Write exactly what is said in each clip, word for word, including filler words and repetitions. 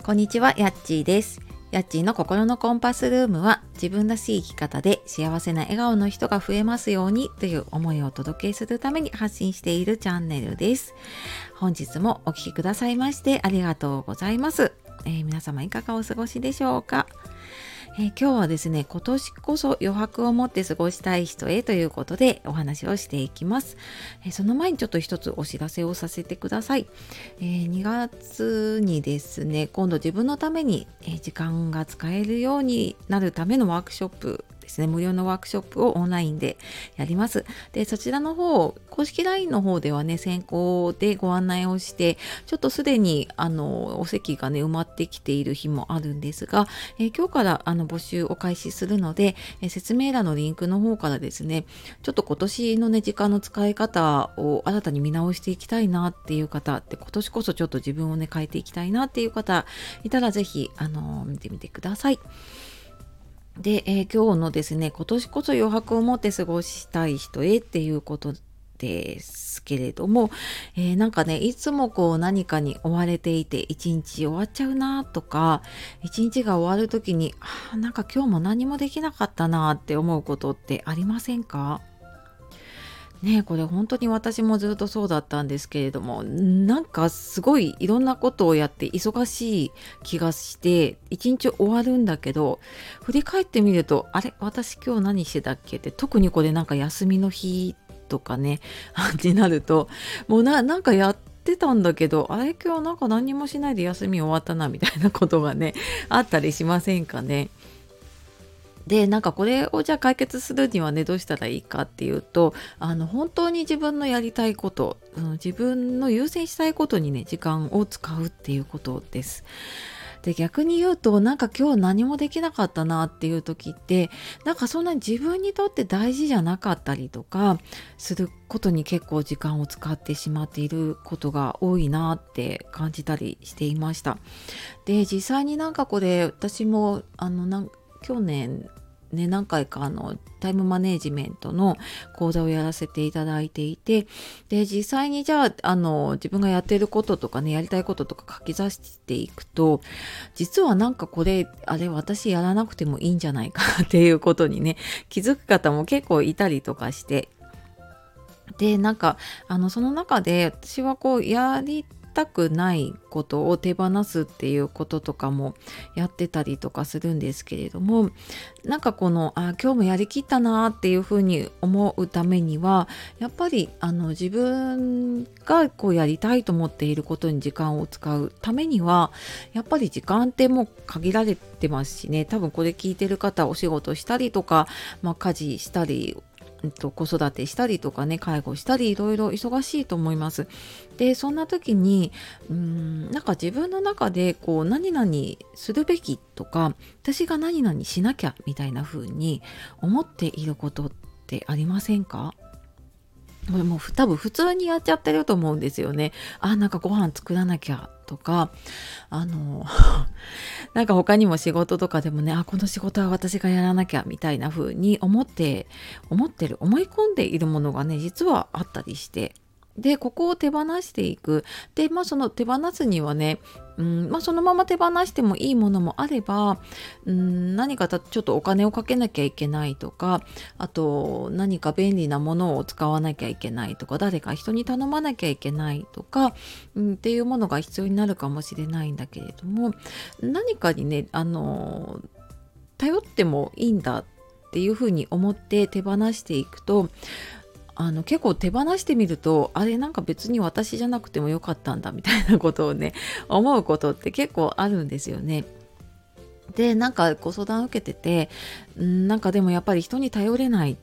こんにちは、やっちーです。やっちーの心のコンパスルームは、自分らしい生き方で幸せな笑顔の人が増えますようにという思いをお届けするために発信しているチャンネルです。本日もお聞きくださいましてありがとうございます。えー、皆様いかがお過ごしでしょうか。えー、今日はですね、今年こそ余白を持って過ごしたい人へということでお話をしていきます。えー、その前にちょっと一つお知らせをさせてください。えー、にがつにですね、今度自分のために、えー、時間が使えるようになるためのワークショップですね、無料のワークショップをオンラインでやります。で、そちらの方、公式 ライン の方ではね、先行でご案内をして、ちょっとすでにあのお席がね埋まってきている日もあるんですが、えー今日からあの募集を開始するので、えー説明欄のリンクの方からですね、ちょっと今年のね時間の使い方を新たに見直していきたいなっていう方って、今年こそちょっと自分をね変えていきたいなっていう方いたら、ぜひあの見てみてください。で、えー今日のですね、今年こそ余白を持って過ごしたい人へっていうことですけれども、えーなんかね、いつもこう何かに追われていて一日終わっちゃうなとか、一日が終わる時に、あーなんか今日も何もできなかったなって思うことってありませんか？ねえ、これ本当に私もずっとそうだったんですけれども、なんかすごいいろんなことをやって忙しい気がして、一日終わるんだけど、振り返ってみると、あれ、私今日何してたっけって、特にこれなんか休みの日とかね、になると、もうな、なんかやってたんだけど、あれ今日なんか何にもしないで休み終わったなみたいなことがね、あったりしませんかね。で、なんかこれをじゃあ解決するにはね、どうしたらいいかっていうと、あの本当に自分のやりたいこと、うん、自分の優先したいことにね、時間を使うっていうことです。で、逆に言うと、なんか今日何もできなかったなっていう時って、なんかそんなに自分にとって大事じゃなかったりとかすることに結構時間を使ってしまっていることが多いなって感じたりしていました。で、実際になんかこれ私もあのなん去年ね、何回かあのタイムマネージメントの講座をやらせていただいていて、で実際にじゃあ、あの自分がやっていることとかね、やりたいこととか書き出していくと、実はなんかこれあれ私やらなくてもいいんじゃないかっていうことにね、気づく方も結構いたりとかして、でなんかあのその中で私はこうやりたくないことを手放すっていうこととかもやってたりとかするんですけれども、なんかこのあ今日もやりきったなっていうふうに思うためには、やっぱりあの自分がこうやりたいと思っていることに時間を使うためには、やっぱり時間ってもう限られてますしね、多分これ聞いてる方、お仕事したりとか、まあ、家事したりえっと、子育てしたりとかね、介護したりいろいろ忙しいと思います。で、そんな時にうーんなんか自分の中でこう何々するべきとか、私が何々しなきゃみたいな風に思っていることってありませんか？これもうふ多分普通にやっちゃってると思うんですよね。あ、なんかご飯作らなきゃとか、あのなんか他にも仕事とかでもね、あ、この仕事は私がやらなきゃみたいな風に思って思ってる思い込んでいるものがね、実はあったりして、でここを手放していく。でまあその手放すにはね、うんまあ、そのまま手放してもいいものもあれば、うん何かたちょっとお金をかけなきゃいけないとか、あと何か便利なものを使わなきゃいけないとか、誰か人に頼まなきゃいけないとか、うん、っていうものが必要になるかもしれないんだけれども、何かにねあの頼ってもいいんだっていうふうに思って手放していくと、あの結構手放してみると、あれなんか別に私じゃなくてもよかったんだみたいなことをね思うことって結構あるんですよね。でなんかご相談を受けてて、んなんかでもやっぱり人に頼れないって、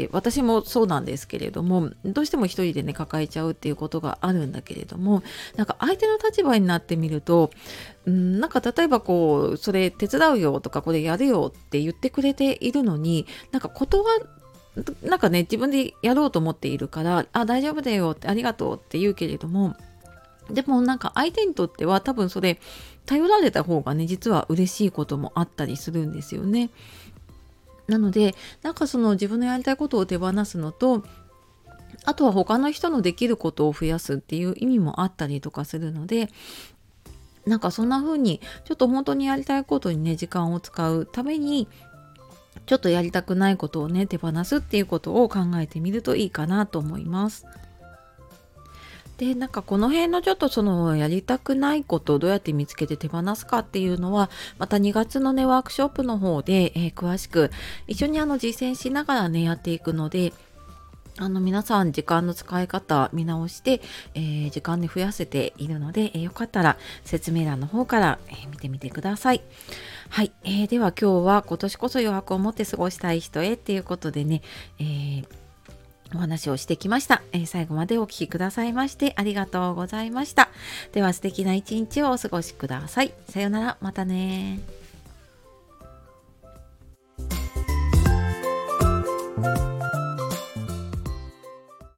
私もそうなんですけれども、どうしても一人でね抱えちゃうっていうことがあるんだけれども、なんか相手の立場になってみると、んなんか例えばこうそれ手伝うよとかこれやるよって言ってくれているのに、なんか断なんかね自分でやろうと思っているから、あ大丈夫だよってありがとうって言うけれども、でもなんか相手にとっては多分それ頼られた方がね実は嬉しいこともあったりするんですよね。なのでなんかその自分のやりたいことを手放すのと、あとは他の人のできることを増やすっていう意味もあったりとかするので、 なんかそんな風にちょっと本当にやりたいことにね時間を使うためにちょっとやりたくないことをね手放すっていうことを考えてみるといいかなと思います。でなんかこの辺のちょっとそのやりたくないことをどうやって見つけて手放すかっていうのはまたにがつのねワークショップの方で、えー詳しく一緒にあの実践しながらねやっていくので、あの皆さん時間の使い方見直して、えー時間で増やせているので、えーよかったら説明欄の方から、えー見てみてください。はい、えーでは今日は今年こそ余白を持って過ごしたい人へっていうことでね、えーお話をしてきました、えー最後までお聞きくださいましてありがとうございました。では素敵な一日をお過ごしください。さようなら、またね。